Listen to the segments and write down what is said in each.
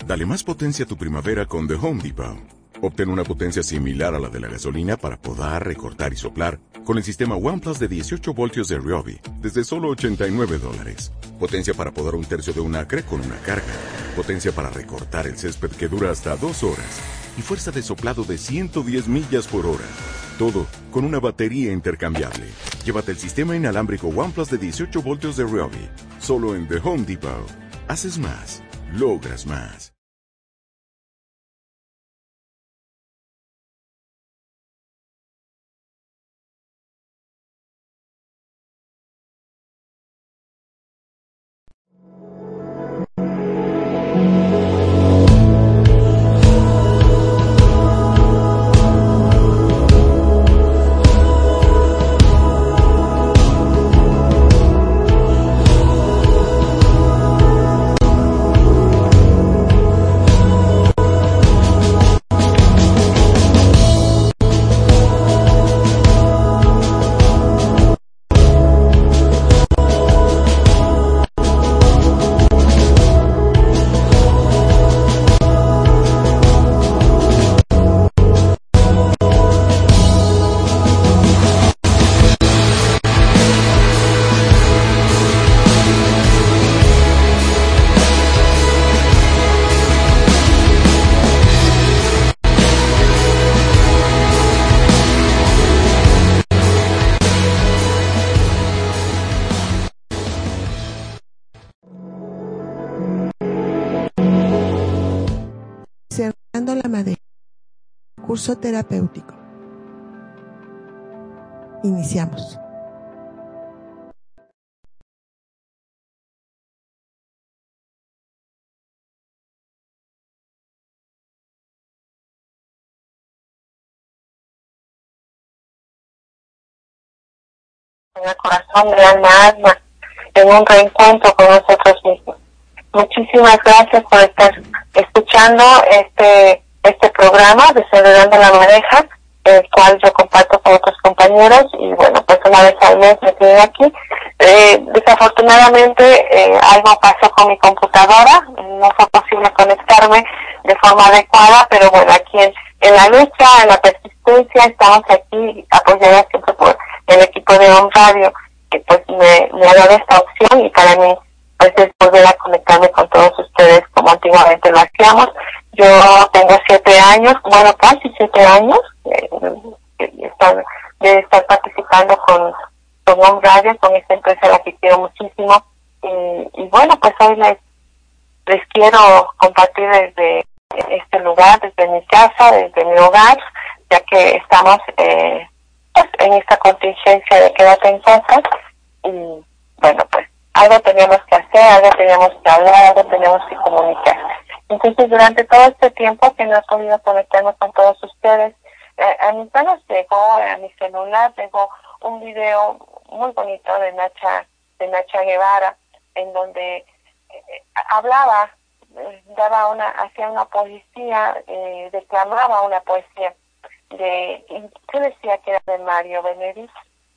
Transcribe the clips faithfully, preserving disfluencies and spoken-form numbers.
Dale más potencia a tu primavera con The Home Depot. Obtén una potencia similar a la de la gasolina para podar, recortar y soplar con el sistema OnePlus de dieciocho voltios de Ryobi desde solo ochenta y nueve dólares. Potencia para podar un tercio de un acre con una carga. Potencia para recortar el césped que dura hasta dos horas. Y fuerza de soplado de ciento diez millas por hora. Todo con una batería intercambiable. Llévate el sistema inalámbrico OnePlus de dieciocho voltios de Ryobi. Solo en The Home Depot. Haces más. Logras más. Cerrando la madera. Curso terapéutico. Iniciamos. En el corazón de alma a alma, en un reencuentro con nosotros mismos. Muchísimas gracias por estar escuchando este este programa, Desenredando la Madeja, el cual yo comparto con otros compañeros, y bueno, pues una vez al mes me quedé aquí. Eh, desafortunadamente eh, algo pasó con mi computadora, no fue posible conectarme de forma adecuada, pero bueno, aquí en, en la lucha, en la persistencia, estamos aquí apoyadas siempre por el equipo de Home Radio, que pues me, me ha dado esta opción, y para mí pues es volver a conectarme con todos ustedes como antiguamente lo hacíamos. Yo tengo siete años, bueno, casi siete años eh, de, estar, de estar participando con, con Home Radio, con esta empresa a la que quiero muchísimo, y, y bueno, pues hoy les, les quiero compartir desde este lugar, desde mi casa, desde mi hogar, ya que estamos eh, pues, en esta contingencia de quédate en casa, y bueno, pues algo teníamos que hacer, algo teníamos que hablar, algo teníamos que comunicar. Entonces, durante todo este tiempo que no he podido conectarme con todos ustedes, eh, a mis manos llegó, a mi celular llegó un video muy bonito de Nacha, de Nacha Guevara, en donde eh, hablaba, eh, daba una, hacía una poesía, eh, declamaba una poesía de, ¿qué decía? Que era de Mario Benedetti,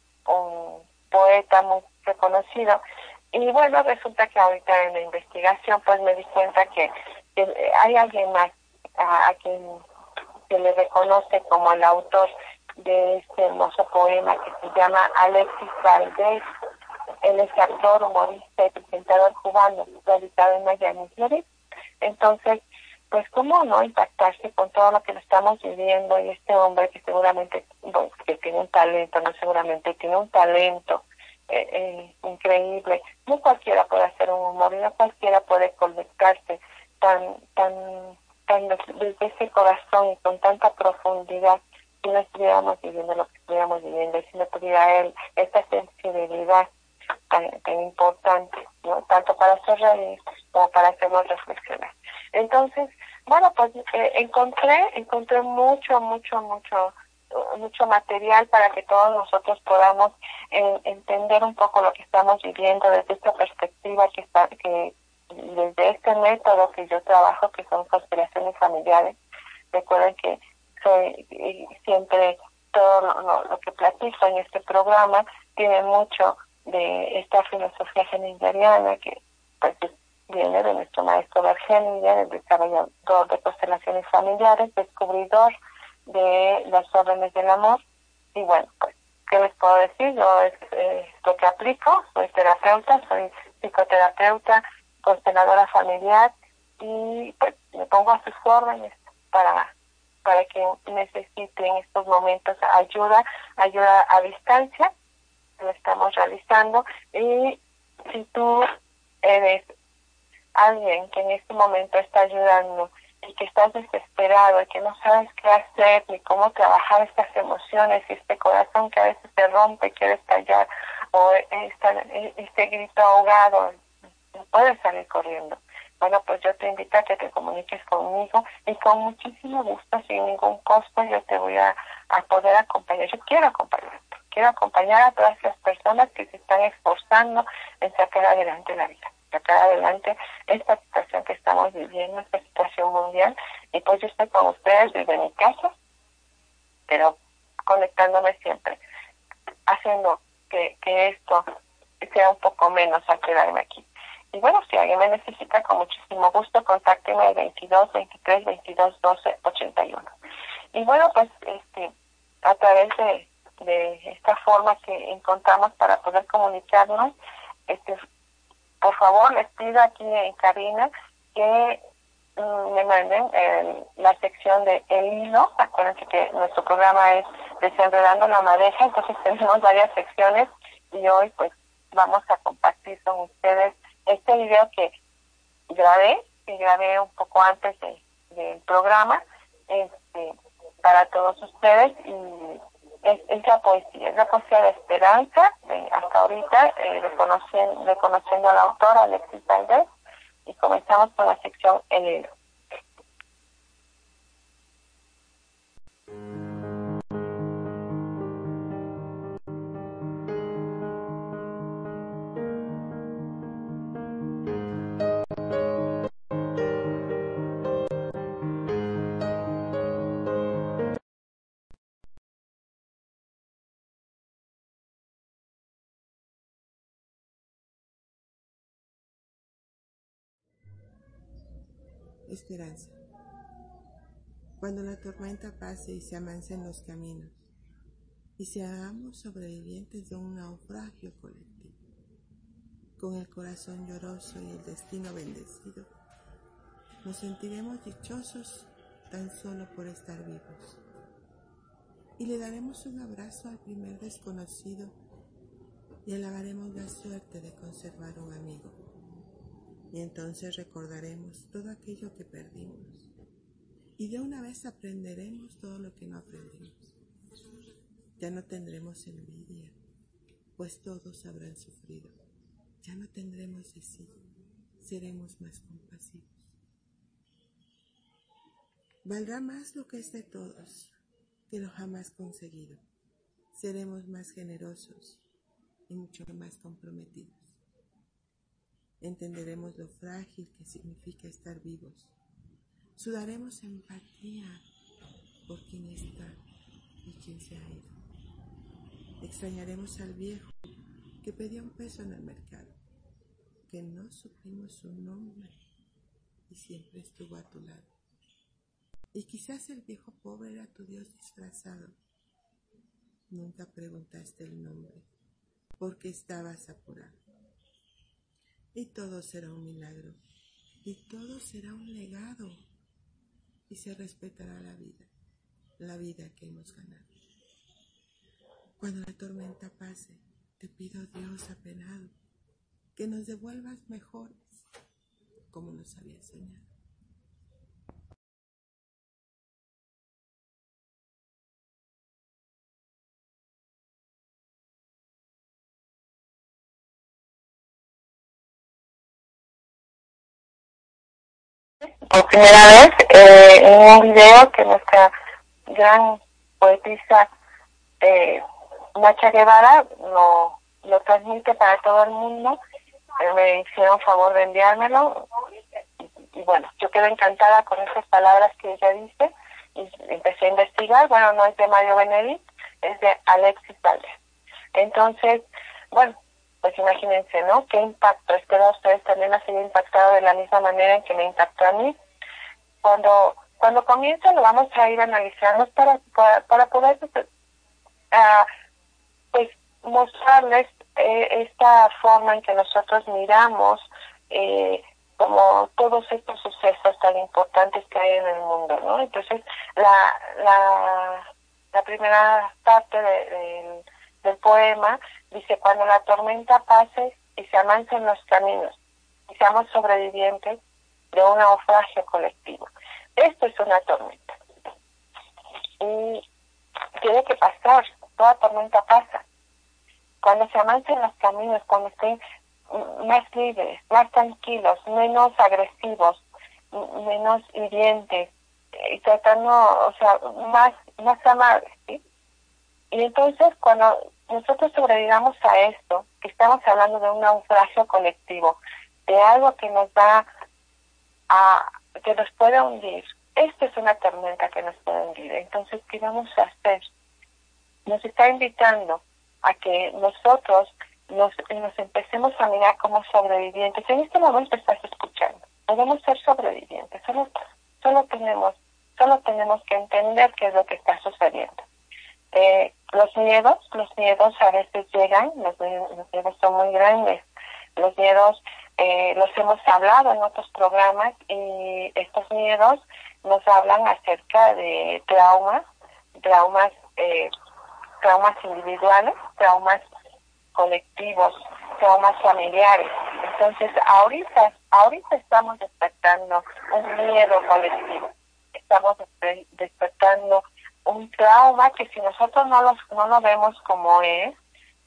un poeta muy reconocido. Y bueno, resulta que ahorita en la investigación pues me di cuenta que, que hay alguien más a, a quien se le reconoce como el autor de este hermoso poema, que se llama Alexis Valdés. Él es actor, humorista y presentador cubano, radicado en Miami, Florida. Entonces, pues cómo no impactarse con todo lo que lo estamos viviendo, y este hombre que seguramente, bueno, que tiene un talento, no seguramente, tiene un talento eh, eh, increíble. No cualquiera puede hacer un humor, y no cualquiera puede conectarse tan, tan, tan desde ese corazón y con tanta profundidad, si no estuviéramos viviendo lo que estuviéramos viviendo, y si no tuviera él esta sensibilidad tan, tan importante, ¿no? Tanto para hacer reír como para hacernos reflexionar. Entonces, bueno, pues eh, encontré, encontré mucho, mucho, mucho, mucho material para que todos nosotros podamos eh, entender un poco lo que estamos viviendo desde esta perspectiva, que está, que desde este método que yo trabajo, que son constelaciones familiares. Recuerden que soy y siempre todo lo, lo, lo que platico en este programa tiene mucho de esta filosofía heideggeriana, que pues viene de nuestro maestro Bergenia, el desarrollador de constelaciones familiares, descubridor de las órdenes del amor. Y bueno, pues, ¿qué les puedo decir? Yo es eh, lo que aplico, soy terapeuta, soy psicoterapeuta, consteladora familiar, y pues me pongo a sus órdenes para, para que necesite en estos momentos ayuda, ayuda a distancia, lo estamos realizando. Y si tú eres alguien que en este momento está ayudando y que estás desesperado y que no sabes qué hacer ni cómo trabajar estas emociones y este corazón que a veces se rompe, quiere estallar, o esta, este grito ahogado, no puedes salir corriendo. Bueno, pues yo te invito a que te comuniques conmigo y con muchísimo gusto, sin ningún costo, yo te voy a, a poder acompañar. Yo quiero acompañarte, quiero acompañar a todas las personas que se están esforzando en sacar adelante la vida, sacar adelante esta situación que estamos viviendo, esta situación mundial. Y pues yo estoy con ustedes desde mi casa, pero conectándome siempre, haciendo que, que esto sea un poco menos al quedarme aquí. Y bueno, si alguien me necesita, con muchísimo gusto, contácteme al veintidós, veintitrés, veintidós, doce, ochenta y uno. Y bueno, pues este, a través de, de esta forma que encontramos para poder comunicarnos, este, por favor, les pido aquí en cabina que mm, me manden eh, la sección de El Hilo. Acuérdense que nuestro programa es Desenredando la Madeja, entonces tenemos varias secciones y hoy pues vamos a compartir con ustedes este video que grabé, que grabé un poco antes de, del programa, este, para todos ustedes, y es, es la poesía, es la poesía de esperanza, eh, hasta ahorita, eh, reconociendo, reconociendo a la autora Alexis Valdés, y comenzamos con la sección El Hilo. Esperanza. Cuando la tormenta pase y se amancen los caminos, y seamos sobrevivientes de un naufragio colectivo, con el corazón lloroso y el destino bendecido, nos sentiremos dichosos tan solo por estar vivos, y le daremos un abrazo al primer desconocido y alabaremos la suerte de conservar un amigo. Y entonces recordaremos todo aquello que perdimos, y de una vez aprenderemos todo lo que no aprendimos. Ya no tendremos envidia, pues todos habrán sufrido. Ya no tendremos de sí, seremos más compasivos. Valdrá más lo que es de todos que lo jamás conseguido. Seremos más generosos y mucho más comprometidos. Entenderemos lo frágil que significa estar vivos. Sudaremos empatía por quien está y quien se ha ido. Extrañaremos al viejo que pedía un peso en el mercado, que no supimos su nombre y siempre estuvo a tu lado. Y quizás el viejo pobre era tu Dios disfrazado. Nunca preguntaste el nombre porque estabas apurado. Y todo será un milagro, y todo será un legado, y se respetará la vida, la vida que hemos ganado. Cuando la tormenta pase, te pido, Dios apenado, que nos devuelvas mejores, como nos habías soñado. Por primera vez eh, en un video que nuestra gran poetisa eh, Nacha Guevara lo, lo transmite para todo el mundo. Eh, me hicieron favor de enviármelo y, y bueno, yo quedo encantada con esas palabras que ella dice y empecé a investigar. Bueno, no es de Mario Benedict, es de Alexis Valdés. Entonces, bueno, pues imagínense, ¿no? ¿Qué impacto? Espero a ustedes también ha sido impactado de la misma manera en que me impactó a mí. Cuando cuando comienza lo vamos a ir analizando para, para, para poder uh, pues mostrarles eh, esta forma en que nosotros miramos eh, como todos estos sucesos tan importantes que hay en el mundo, ¿no? Entonces, la la, la primera parte de, de, del poema dice: cuando la tormenta pase y se amancen los caminos y seamos sobrevivientes de un naufragio colectivo. Esto es una tormenta. Y tiene que pasar, toda tormenta pasa. Cuando se avancen los caminos, cuando estén más libres, más tranquilos, menos agresivos, menos hirientes, y tratando, o sea, más, más amables, ¿sí? Y entonces, cuando nosotros sobrevivamos a esto, que estamos hablando de un naufragio colectivo, de algo que nos va a, que nos puede hundir, esto es una tormenta que nos puede hundir. Entonces, ¿qué vamos a hacer? Nos está invitando a que nosotros nos, nos empecemos a mirar como sobrevivientes. En este momento estás escuchando. Podemos ser sobrevivientes. Solo, solo tenemos, solo tenemos que entender qué es lo que está sucediendo. Eh, los miedos, los miedos a veces llegan, los, los miedos son muy grandes. Los miedos eh, los hemos hablado en otros programas y estos miedos nos hablan acerca de traumas, traumas eh, traumas individuales, traumas colectivos, traumas familiares. Entonces, ahorita, ahorita estamos despertando un miedo colectivo, estamos despertando un trauma que si nosotros no, los, no lo vemos como es,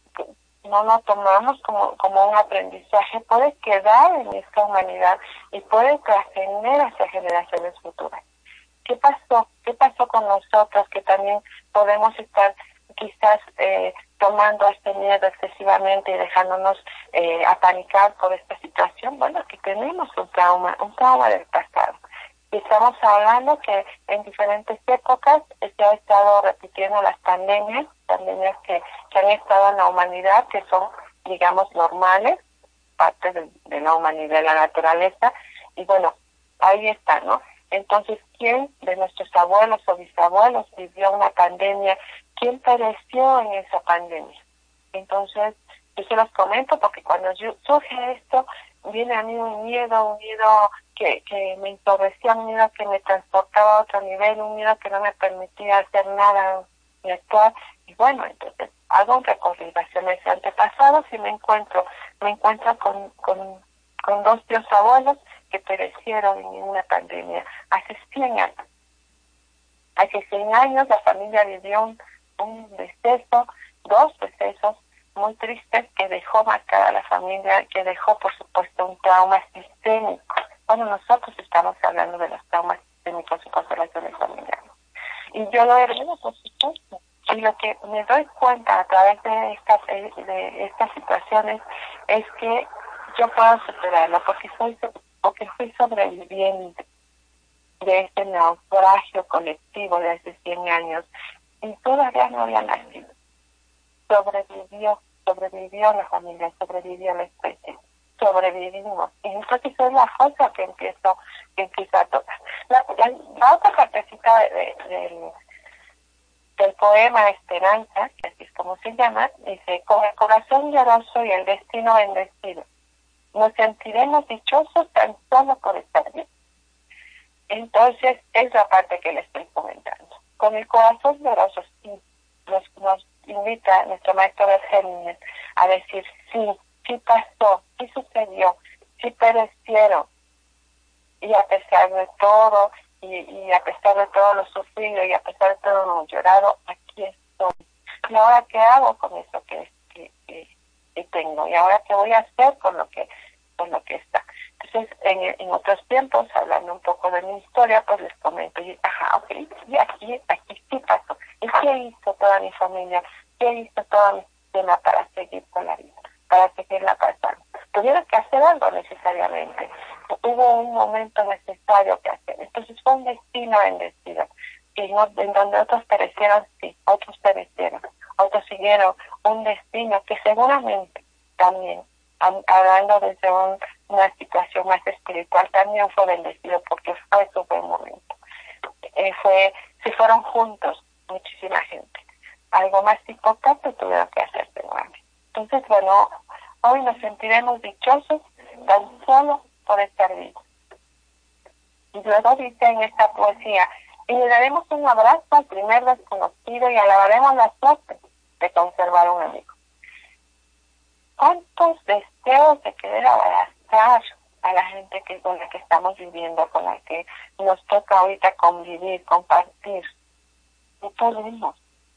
no lo tomamos como, como un aprendizaje, puede quedar en esta humanidad y puede trascender hacia generaciones futuras. ¿Qué pasó? ¿Qué pasó con nosotros que también podemos estar quizás eh, tomando este miedo excesivamente y dejándonos eh, apanicar por esta situación? Bueno, que tenemos un trauma, un trauma del pasado. Y estamos hablando que en diferentes épocas se ha estado repitiendo las pandemias, pandemias que, que han estado en la humanidad, que son, digamos, normales, parte de, de la humanidad, de la naturaleza, y bueno, ahí está, ¿no? Entonces, ¿quién de nuestros abuelos o bisabuelos vivió una pandemia? ¿Quién pereció en esa pandemia? Entonces, yo se los comento porque cuando yo, surge esto, viene a mí un miedo, un miedo que, que me entorpecía, un miedo que me transportaba a otro nivel, un miedo que no me permitía hacer nada ni actuar. Y bueno, entonces hago un recorrido hacia mis antepasados y me encuentro, me encuentro con, con, con dos tíos abuelos que perecieron en una pandemia hace cien años. Hace cien años la familia vivió un, un deceso, dos decesos muy tristes que dejó marcada a la familia, que dejó, por supuesto, un trauma sistémico. Bueno, nosotros estamos hablando de los traumas sistémicos y constelaciones familiares. Y yo lo he heredado, por supuesto. Y lo que me doy cuenta a través de, esta, de estas situaciones es que yo puedo superarlo porque soy, porque fui sobreviviente de este naufragio colectivo de hace cien años y todavía no había nacido. Sobrevivió, sobrevivió la familia, sobrevivió la especie, sobrevivimos. Y entonces es la cosa que empiezo, que empiezo a tocar. La, la, la otra partecita de, de, del, del poema Esperanza, que así es como se llama, dice: con el corazón lloroso y el destino bendecido, nos sentiremos dichosos tan solo por estar bien. Entonces, es la parte que le estoy comentando. Con el corazón lloroso, sí, nos, nos invita nuestro maestro Bergelinger a decir: sí, sí pasó, sí sucedió, sí perecieron. Y a pesar de todo, y, y a pesar de todo lo sufrido, y a pesar de todo lo llorado, aquí estoy. ¿Y ahora qué hago con eso que, que, que, que tengo? ¿Y ahora qué voy a hacer con lo que, con lo que está? Entonces, en, en otros tiempos, hablando un poco de mi historia, pues les comento, y, ajá, ok, y aquí, aquí sí pasó. ¿Y qué hizo toda mi familia? ¿Qué hizo toda mi sistema para seguir con la vida? Para seguirla pasando. Tuvieron que hacer algo necesariamente. Hubo un momento necesario que hacer. Entonces fue un destino bendecido. Y no, en donde otros perecieron, sí, otros perecieron. Otros siguieron un destino que seguramente, también, hablando desde un, una situación más espiritual, también fue bendecido porque fue su buen momento. Eh, fue, se fueron juntos muchísima gente. Algo más importante tuvieron que hacer nuevamente. Entonces, bueno, hoy nos sentiremos dichosos tan solo por estar vivos. Y luego dice en esta poesía, y le daremos un abrazo al primer desconocido y alabaremos la suerte de conservar un amigo. ¿Cuántos deseos de querer abrazar a la gente que con la que estamos viviendo, con la que nos toca ahorita convivir, compartir? No podemos,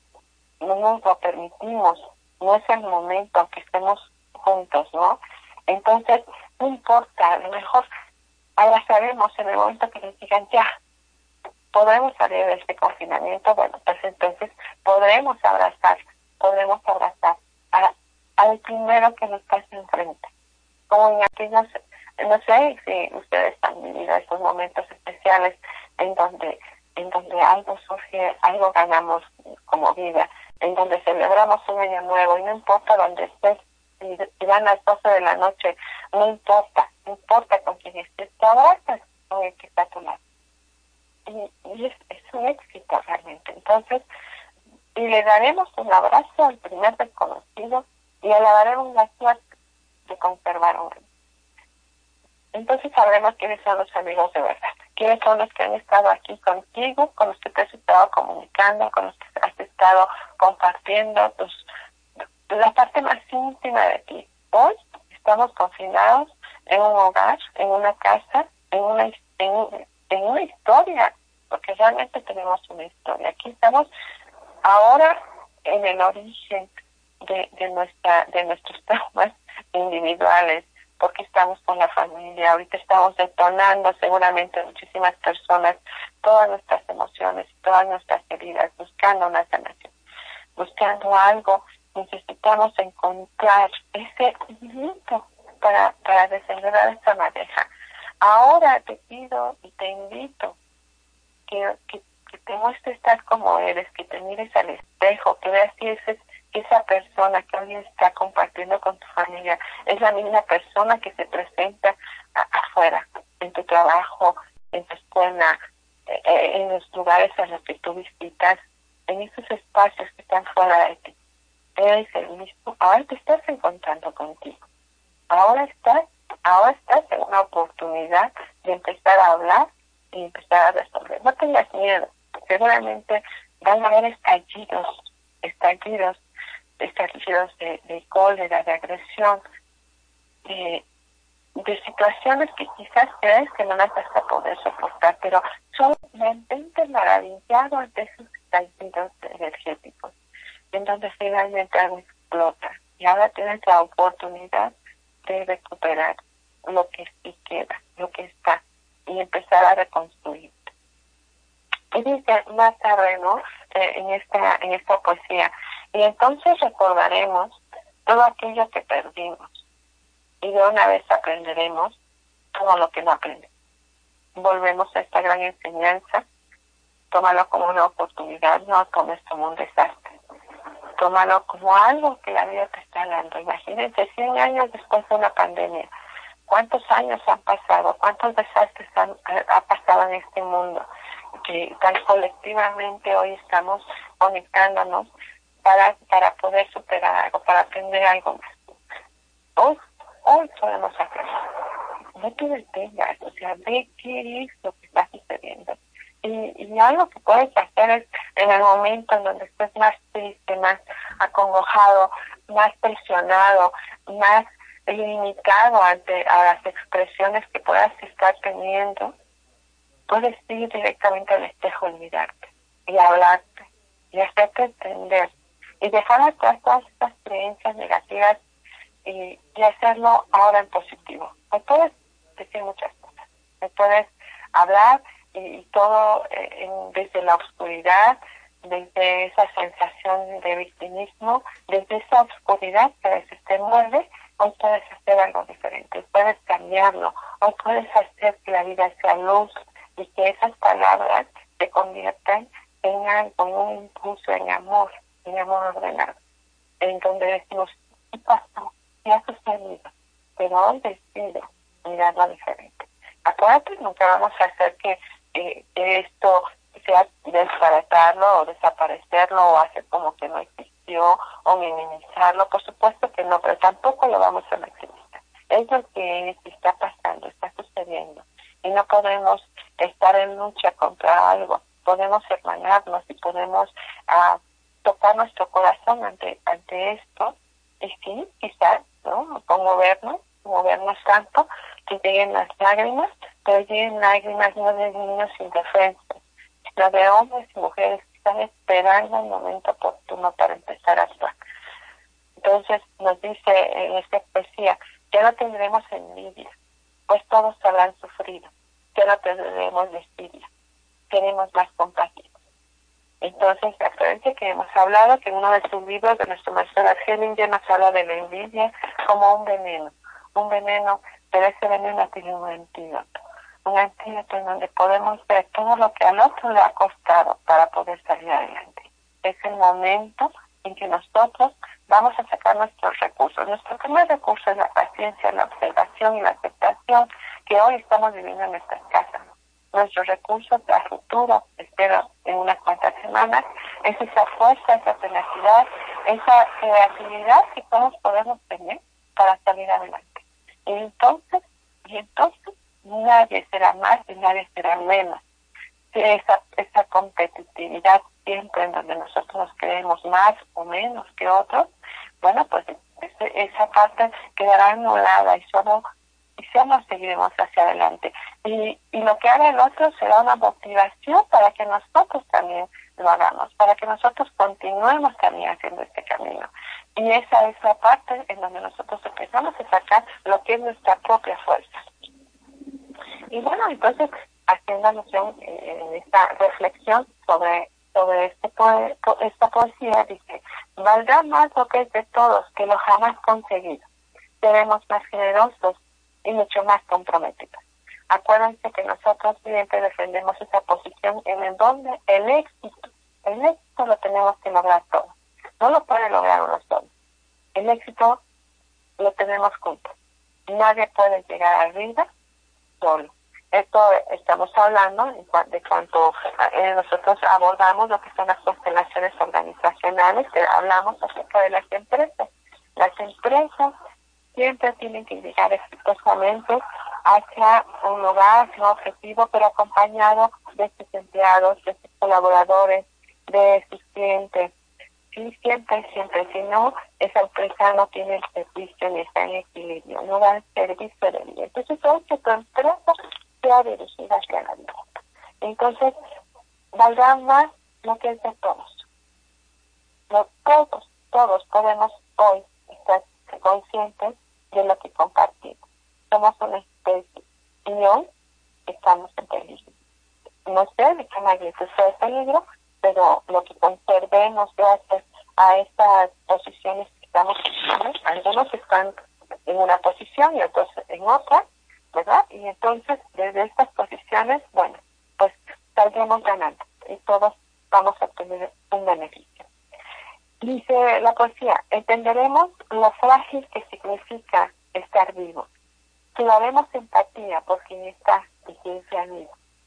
no nos lo permitimos, no es el momento aunque estemos juntos, ¿no? Entonces, no importa, a lo mejor abrazaremos en el momento que nos digan ya, podremos salir de este confinamiento, bueno, pues entonces podremos abrazar, podremos abrazar a, al primero que nos pase enfrente. Como en aquellos, no sé si ustedes han vivido estos momentos especiales en donde, en donde algo surge, algo ganamos como vida, en donde celebramos un año nuevo y no importa dónde estés, si, si van a las doce de la noche, no importa, no importa con quién estés, te abrazas con el que está a tu lado. Y, y es, es un éxito realmente. Entonces, y le daremos un abrazo al primer desconocido y alabaremos la suerte de conservar un amigo. Entonces sabremos quiénes son los amigos de verdad, quiénes son los que han estado aquí contigo, con los que te has estado comunicando, con los que has estado compartiendo tus, la parte más íntima de ti. Hoy estamos confinados en un hogar, en una casa, en una, en, en una historia, porque realmente tenemos una historia. Aquí estamos ahora en el origen de, de nuestra, de nuestros traumas individuales, porque estamos con la familia, ahorita estamos detonando seguramente muchísimas personas todas nuestras emociones y todas nuestras heridas, buscando una sanación, buscando algo. Necesitamos encontrar ese momento para, para desenredar esta madeja. Ahora te pido y te invito que, que, que te muestres tal como eres, que te mires al espejo, que veas si ese, esa persona que hoy está compartiendo con tu familia es la misma persona que se presenta a, afuera, en tu trabajo, en tu escuela, eh, en los lugares a los que tú visitas, en esos espacios que están fuera de ti. Eres el mismo, ahora te estás encontrando contigo. Ahora estás, ahora estás en una oportunidad de empezar a hablar y empezar a resolver. No tengas miedo. Seguramente van a haber estallidos, estallidos, estallidos de, de cólera, de agresión, de, de situaciones que quizás crees que no las vas a poder soportar, pero solo mantente maravillado ante esos estallidos energéticos, en donde finalmente algo explota. Y ahora tienes la oportunidad de recuperar lo que sí queda, lo que está, y empezar a reconstruir. Y dice más tarde, ¿no? Eh, en esta en esta poesía, y entonces recordaremos todo aquello que perdimos, y de una vez aprenderemos todo lo que no aprendemos. Volvemos a esta gran enseñanza, tómalo como una oportunidad, no tomes como un desastre. Tómalo como algo que la vida te está dando. Imagínense, cien años después de una pandemia. ¿Cuántos años han pasado? ¿Cuántos desastres han ha pasado en este mundo? Que tan colectivamente hoy estamos conectándonos para, para poder superar algo, para aprender algo más. Hoy, hoy podemos aprender. No te detengas, o sea, ve qué es lo que está sucediendo. Y, y algo que puedes hacer es en el momento en donde estés más triste, más acongojado, más presionado, más limitado ante a las expresiones que puedas estar teniendo, puedes ir directamente al espejo y mirarte y hablarte y hacerte entender y dejar atrás todas estas creencias negativas y, y hacerlo ahora en positivo. Me puedes decir muchas cosas, me puedes hablar y, y todo eh, en, desde la oscuridad, desde esa sensación de victimismo, desde esa oscuridad que a veces te mueve. Hoy puedes hacer algo diferente, puedes cambiarlo, hoy puedes hacer que la vida sea luz y que esas palabras se conviertan en algo, en un impulso, en amor, en amor ordenado, en donde decimos, ¿qué pasó? sí ha sucedido, pero hoy decido mirarlo diferente. Acuérdate, nunca vamos a hacer que, eh, que esto sea desbaratarlo o desaparecerlo o hacer como que no existió o minimizarlo, por supuesto que no, pero tampoco lo vamos a maximizar. Es lo que está pasando, está sucediendo y no podemos estar en lucha contra algo, podemos hermanarnos y podemos uh, tocar nuestro corazón ante, ante esto y sí, quizás, ¿no? Conmovernos, movernos tanto que lleguen las lágrimas, pero lleguen lágrimas no de niños indefensos, sino de hombres y mujeres que están esperando el momento oportuno para empezar a actuar. Entonces nos dice en esta poesía, ya no tendremos envidia, pues todos habrán sufrido, ya no tendremos desidia, tenemos más compasión. Entonces, acuérdense que hemos hablado que en uno de sus libros de nuestro maestro Hellinger nos habla de la envidia como un veneno, un veneno, pero ese veneno tiene un antídoto, un antídoto en donde podemos ver todo lo que al otro le ha costado para poder salir adelante. Es el momento en que nosotros vamos a sacar nuestros recursos. Nuestro primer recurso es la paciencia, la observación y la aceptación que hoy estamos viviendo en nuestras casas. Nuestros recursos a futuro, espero en unas cuantas semanas, es esa fuerza, esa tenacidad, esa creatividad que todos podemos tener para salir adelante. Y entonces, y entonces nadie será más y nadie será menos. Esa, esa competitividad siempre en donde nosotros nos creemos más o menos que otros, bueno, pues ese, esa parte quedará anulada y solo y solo seguiremos hacia adelante. Y, y lo que haga el otro será una motivación para que nosotros también lo hagamos, para que nosotros continuemos también haciendo este camino. Y esa es la parte en donde nosotros empezamos a sacar lo que es nuestra propia fuerza. Y bueno, entonces, haciéndonos eh, esta reflexión sobre, sobre este poe, esta poesía, dice, valdrá más lo que es de todos que lo jamás conseguido. Seremos más generosos y mucho más comprometidos. Acuérdense que nosotros siempre defendemos esa posición en el donde el éxito, el éxito lo tenemos que lograr todos. No lo puede lograr uno solo. El éxito lo tenemos juntos. Nadie puede llegar arriba solo. Esto estamos hablando de cuanto eh, nosotros abordamos lo que son las constelaciones organizacionales, que hablamos acerca de las empresas. Las empresas siempre tienen que llegar exitosamente hacia un lugar, hacia un objetivo, pero acompañado de sus empleados, de sus colaboradores, de sus clientes. Sí, siempre, siempre, si no, esa empresa no tiene el servicio ni está en equilibrio, no da el servicio de vida. Entonces, es que tu empresa sea dirigida hacia la vida. Entonces, valdrá más lo que es de todos. No, todos, todos podemos hoy estar conscientes de lo que compartimos. Somos una especie y hoy estamos en peligro. No sé de qué magnitud sea el peligro, pero lo que conservemos gracias a estas posiciones que estamos en, algunos están en una posición y otros en otra, ¿verdad? Y entonces, desde estas posiciones, bueno, pues saldremos ganando y todos vamos a tener un beneficio. Dice la poesía, entenderemos lo frágil que significa estar vivo. Si daremos empatía por quien está y quien se ha ido.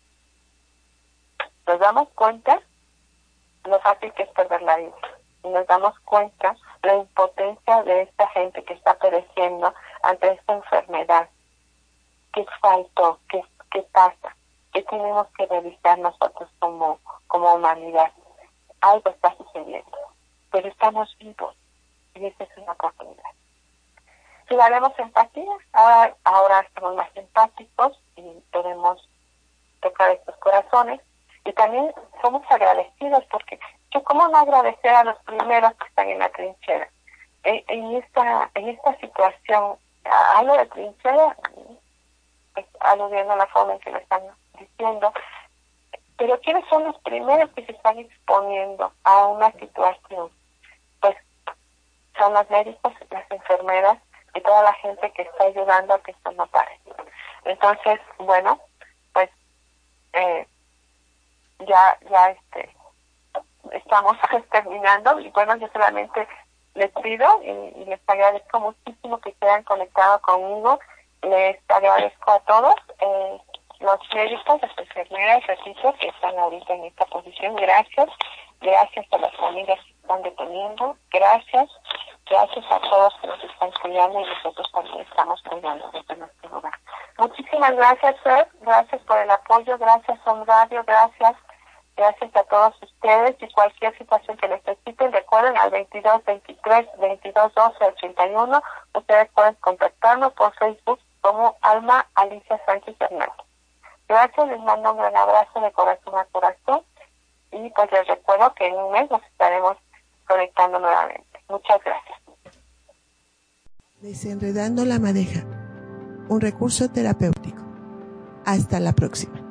Nos damos cuenta lo fácil que es perder la vida. Y nos damos cuenta la impotencia de esta gente que está pereciendo ante esta enfermedad. ¿Qué faltó? ¿Qué, qué pasa? ¿Qué tenemos que revisar nosotros como, como humanidad? Algo está sucediendo, pero estamos vivos y esa es una oportunidad. Si daremos empatía, ahora, ahora somos más empáticos y podemos tocar estos corazones y también somos agradecidos porque yo cómo no agradecer a los primeros que están en la trinchera. En, en esta en esta situación, hablo de trinchera, pues, aludiendo a la forma en que lo están diciendo, pero ¿quiénes son los primeros que se están exponiendo a una situación? Pues son los médicos, las enfermeras y toda la gente que está ayudando a que esto no pare. Entonces, bueno, pues eh, ya ya este estamos terminando y bueno, yo solamente les pido y, y les agradezco muchísimo que se hayan conectado conmigo. Les agradezco a todos, eh, los médicos, las enfermeras, repito, que están ahorita en esta posición. Gracias. Gracias a las familias que están deteniendo. Gracias. Gracias a todos que nos están cuidando y nosotros también estamos cuidando desde nuestro lugar. Muchísimas gracias, Fer. Gracias por el apoyo. Gracias, Home Radio. Gracias. Gracias a todos ustedes y cualquier situación que necesiten, recuerden al veintidós veintitrés veintidós doce ochenta y uno. Ustedes pueden contactarnos por Facebook como Alma Alicia Sánchez Hernández. Gracias, les mando un gran abrazo de corazón a corazón y pues les recuerdo que en un mes nos estaremos conectando nuevamente. Muchas gracias. Desenredando la madeja, un recurso terapéutico. Hasta la próxima.